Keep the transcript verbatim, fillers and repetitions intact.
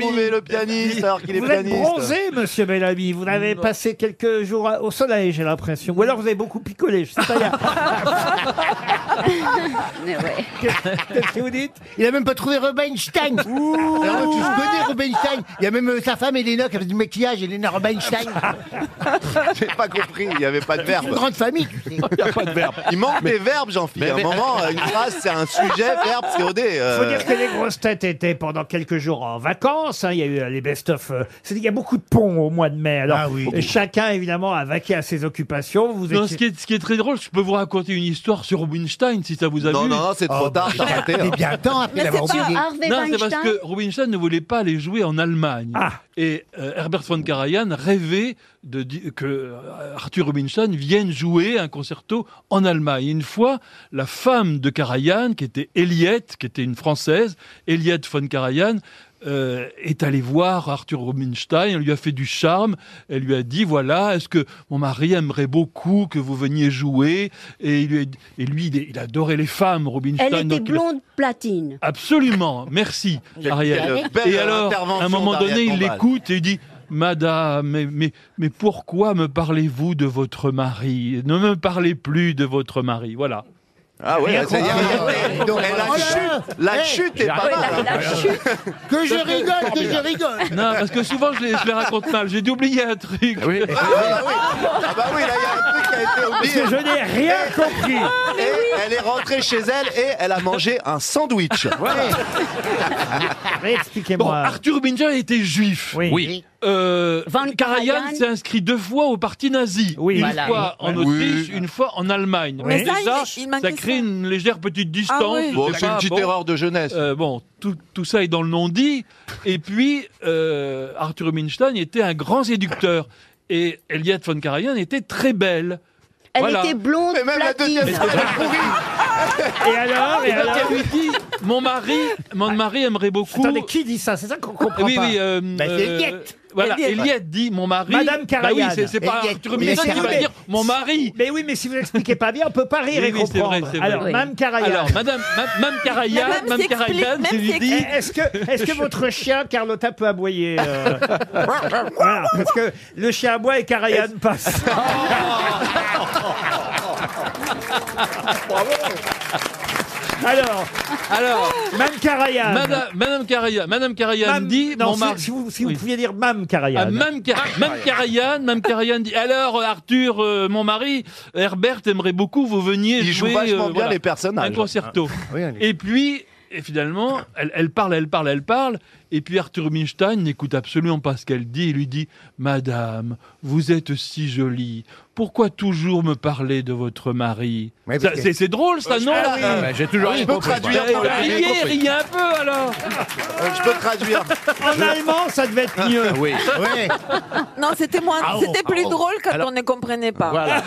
trouver le pianiste alors qu'il est Vous êtes pianiste. bronzé, monsieur Bellamy. Vous avez Non. passé quelques jours au soleil, j'ai l'impression. Ou alors vous avez beaucoup picolé, je sais pas. il y a- Mais ouais. Qu'est-ce que vous dites? Il a même pas trouvé Rubinstein. Alors, tu connais Rubinstein. Il y a même euh, sa femme Elena qui a fait du maquillage, Elena Rubinstein. J'ai pas compris, il n'y avait pas de C'est une verbe. grande famille, tu sais. Il n'y a pas de verbe. Il manque des verbes, Jean-Philippe. À un moment, une phrase, c'est un sujet, verbe, C O D. Il euh. faut dire que les grosses têtes étaient pendant quelques jours en vacances. hein. Il y a eu euh, les best-of. euh, c'est- Il y a beaucoup de ponts au mois de mai. Alors, Ah oui. euh, chacun, évidemment, a vaqué à ses occupations. Vous Non, étiez- ce qui, est, ce qui est très drôle, je peux vous raconter une histoire sur Rubinstein, si ça vous a Non, vu. non, non, c'est trop Oh, tard, t'as raté. Mais hein. bien temps après Mais c'est l'avoir pas oublié. Harvey Non, c'est parce Weinstein. que Rubinstein ne voulait pas aller jouer en Allemagne. Ah. Et euh, Herbert von Karajan rêvait de, di- que euh, Arthur Rubinstein vienne jouer un concerto en Allemagne. Et une fois, la femme de Karajan, qui était Eliette, qui était une Française, Eliette von Karajan, euh, est allée voir Arthur Rubinstein, elle lui a fait du charme, elle lui a dit, voilà, est-ce que mon mari aimerait beaucoup que vous veniez jouer? Et, il lui a- et lui, il, il adorait les femmes, Rubinstein. Elle était donc il a- blonde platine. Absolument, merci Ariel. Quelle belle Et alors, intervention à un moment donné, d'Ariel il Dombal. l'écoute et il dit « Madame, mais, mais, mais pourquoi me parlez-vous de votre mari? Ne me parlez plus de votre mari. » Voilà. Ah ouais, ça y est, compris. donc, la Oh là chute, là. la Eh, chute est pas Ouais, mal. la, la chute. Que je rigole, que je rigole. Non, parce que souvent, je les, je les raconte mal. J'ai dû oublier un truc. Ah bah oui, ah bah oui, là il y a un truc qui a été Parce oublié. que je n'ai rien compris. Et elle est rentrée chez elle et elle a mangé un sandwich. Bon, Expliquez-moi. Arthur Rubinstein était juif. Oui. Oui. Euh, Van Karajan Karajan s'est inscrit deux fois au parti nazi. Oui. Une Voilà. fois en Oui. Autriche, une fois en Allemagne. Mais Déjà, ça, il- il manquait ça crée ça. une légère petite distance. Ah oui. je Bon, sais c'est une pas, petite bon. erreur de jeunesse. Euh, bon, tout, tout ça est dans le non-dit. Et puis, euh, Arthur Rubinstein était un grand séducteur. Et Eliette von Karajan était très belle. Elle Voilà. était blonde Mais même la platine. deuxième fois, elle pourrit. Et alors, et Et donc, alors elle lui dit, mon mari, mon mari aimerait beaucoup... Attendez, qui dit ça? C'est ça qu'on comprend oui, pas. oui, euh, Bah, c'est euh, Eliette. Voilà, Eliette. Eliette dit, mon mari... Madame Bah oui, Karajan. c'est c'est pas Eliette. Arthur Rubinstein Mais qui va c'est- dire, mon mari. Mais oui, mais si vous expliquez pas bien, on peut pas rire Oui, et oui, c'est comprendre. vrai, c'est vrai. Alors, Oui. Mme Karajan. Alors, Madame, ma- Mme Karajan, Mais même Mme s'explique, Karajan, même je lui dis... Est-ce que, est-ce que votre chien, Carlotta, peut aboyer euh, voilà, parce que le chien aboie et Karajan passe. Alors, Alors, Mme Karajan. Madame, Madame Karajan, Madame Karajan Mme- dit, non, mon si, mari... si vous, si vous Oui. pouviez dire Mme Karajan. Ah, Mme Kar- Mme Karajan, Mme Karajan dit, alors Arthur, euh, mon mari, Herbert aimerait beaucoup que vous veniez Il joue jouer vachement euh, bien voilà, les personnages. un concerto. Oui, allez. Et puis, et finalement, elle, elle parle, elle parle, elle parle, et puis Arthur Rubinstein n'écoute absolument pas ce qu'elle dit, il lui dit, Madame, vous êtes si jolie, pourquoi toujours me parler de votre mari? Ouais, Ça, parce que- C'est c'est drôle ça, non? Ah oui. Bah, j'ai toujours Je rien peux compris. traduire. Eh, pour le- j'ai riez, compris. riez un peu alors. Euh, Je peux traduire. En allemand, ça devait être mieux. Oui. Ouais. Non, c'était moins, Ah, oh, c'était plus ah, oh. drôle quand Alors- on ne comprenait pas. Voilà.